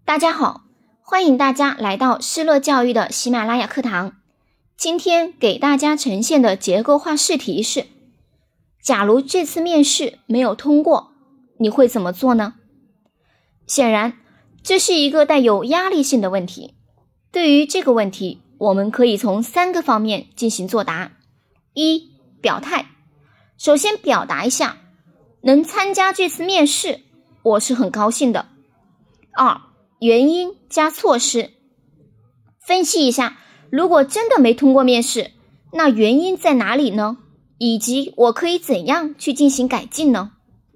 大家好，欢迎大家来到施乐教育的喜马拉雅课堂。今天给大家呈现的结构化试题是：假如这次面试没有通过，你会怎么做呢？显然，这是一个带有压力性的问题。对于这个问题，我们可以从3个方面进行作答。一、表态。首先表达一下，能参加这次面试，我是很高兴的。2、原因加措施。分析一下，如果真的没通过面试，那原因在哪里呢？以及我可以怎样去进行改进呢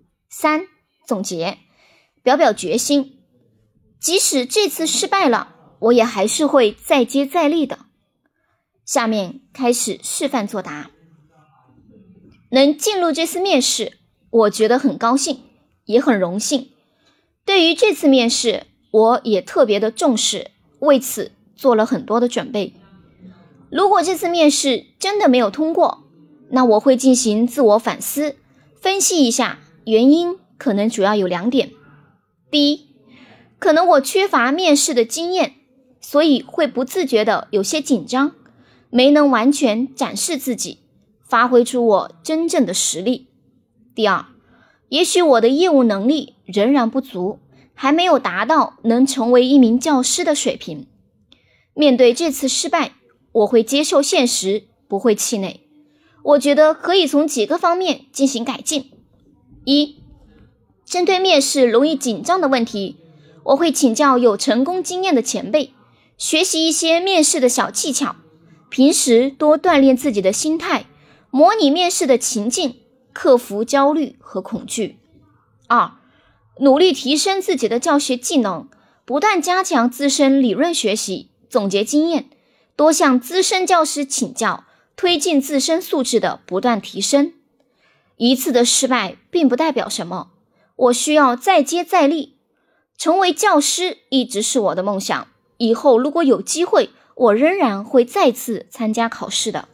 ？3、总结。表表决心，即使这次失败了，我也还是会再接再厉的。下面开始示范作答。能进入这次面试，我觉得很高兴，也很荣幸。对于这次面试，我也特别的重视，为此做了很多的准备。如果这次面试真的没有通过，那我会进行自我反思，分析一下原因，可能主要有2点。第一，可能我缺乏面试的经验，所以会不自觉的有些紧张，没能完全展示自己，发挥出我真正的实力。第二，也许我的业务能力仍然不足，还没有达到能成为一名教师的水平。面对这次失败，我会接受现实，不会气馁。我觉得可以从几个方面进行改进。一、针对面试容易紧张的问题，我会请教有成功经验的前辈，学习一些面试的小技巧，平时多锻炼自己的心态，模拟面试的情境，克服焦虑和恐惧。2、努力提升自己的教学技能，不断加强自身理论学习，总结经验，多向资深教师请教，推进自身素质的不断提升。一次的失败并不代表什么，我需要再接再厉。成为教师一直是我的梦想，以后如果有机会，我仍然会再次参加考试的。